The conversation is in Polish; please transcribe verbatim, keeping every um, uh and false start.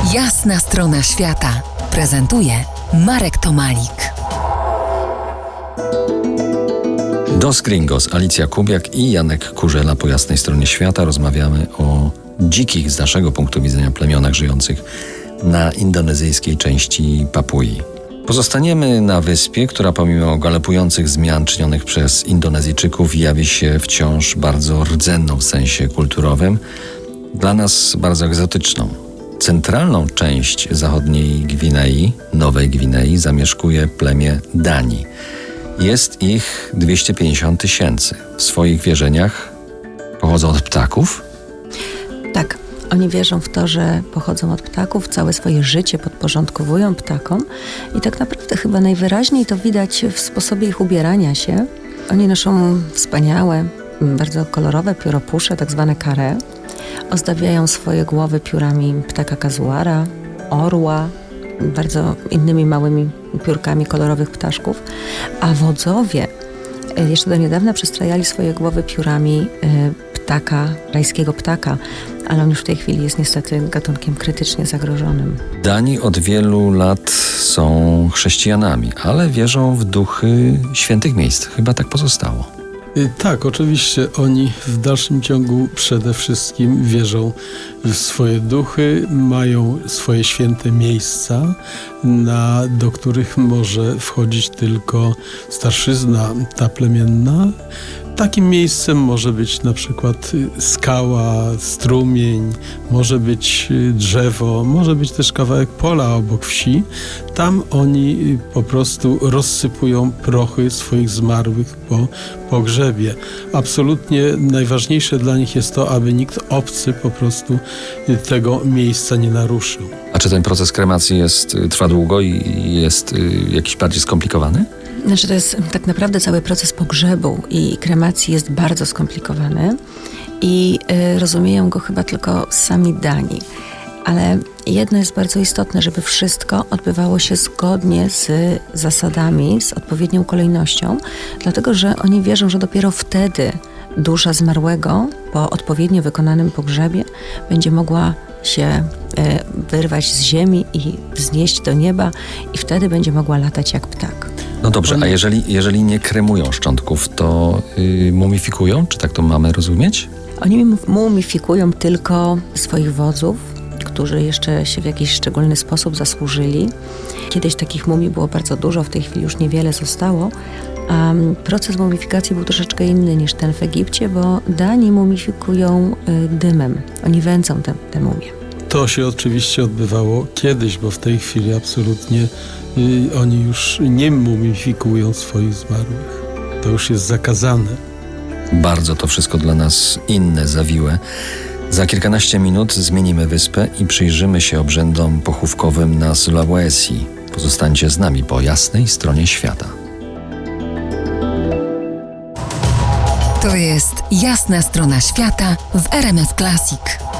Jasna strona świata prezentuje Marek Tomalik. Dos Gringos, Alicja Kubiak i Janek Kurzela po jasnej stronie świata. Rozmawiamy o dzikich z naszego punktu widzenia plemionach żyjących na indonezyjskiej części Papui. Pozostaniemy na wyspie, która pomimo galopujących zmian czynionych przez Indonezyjczyków jawi się wciąż bardzo rdzenną w sensie kulturowym, dla nas bardzo egzotyczną. Centralną część zachodniej Gwinei, Nowej Gwinei, zamieszkuje plemię Dani. Jest ich dwieście pięćdziesiąt tysięcy. W swoich wierzeniach pochodzą od ptaków? Tak, oni wierzą w to, że pochodzą od ptaków, całe swoje życie podporządkowują ptakom i tak naprawdę chyba najwyraźniej to widać w sposobie ich ubierania się. Oni noszą wspaniałe, bardzo kolorowe pióropusze, tak zwane karé. Ozdabiają swoje głowy piórami ptaka kazuara, orła, bardzo innymi małymi piórkami kolorowych ptaszków, a wodzowie jeszcze do niedawna przystrajali swoje głowy piórami ptaka, rajskiego ptaka, ale on już w tej chwili jest niestety gatunkiem krytycznie zagrożonym. Dani od wielu lat są chrześcijanami, ale wierzą w duchy świętych miejsc. Chyba tak pozostało. Tak, oczywiście oni w dalszym ciągu przede wszystkim wierzą w swoje duchy, mają swoje święte miejsca, na, do których może wchodzić tylko starszyzna ta plemienna. Takim miejscem może być na przykład skała, strumień, może być drzewo, może być też kawałek pola obok wsi. Tam oni po prostu rozsypują prochy swoich zmarłych po pogrzebie. Absolutnie najważniejsze dla nich jest to, aby nikt obcy po prostu tego miejsca nie naruszył. A czy ten proces kremacji jest, trwa długo i jest jakiś bardziej skomplikowany? Znaczy to jest tak naprawdę cały proces pogrzebu i kremacji jest bardzo skomplikowany i y, rozumieją go chyba tylko sami Dani. Ale jedno jest bardzo istotne, żeby wszystko odbywało się zgodnie z zasadami, z odpowiednią kolejnością, dlatego że oni wierzą, że dopiero wtedy dusza zmarłego po odpowiednio wykonanym pogrzebie będzie mogła się y, wyrwać z ziemi i wznieść do nieba i wtedy będzie mogła latać jak ptak. No dobrze, a jeżeli, jeżeli nie kremują szczątków, to yy, mumifikują? Czy tak to mamy rozumieć? Oni mumifikują tylko swoich wodzów, którzy jeszcze się w jakiś szczególny sposób zasłużyli. Kiedyś takich mumii było bardzo dużo, w tej chwili już niewiele zostało. A proces mumifikacji był troszeczkę inny niż ten w Egipcie, bo Dani mumifikują y, dymem. Oni wędzą te, te mumie. To się oczywiście odbywało kiedyś, bo w tej chwili absolutnie y, oni już nie mumifikują swoich zmarłych. To już jest zakazane. Bardzo to wszystko dla nas inne, zawiłe. Za kilkanaście minut zmienimy wyspę i przyjrzymy się obrzędom pochówkowym na Sulawesi. Pozostańcie z nami po jasnej stronie świata. To jest Jasna strona świata w R M F Classic.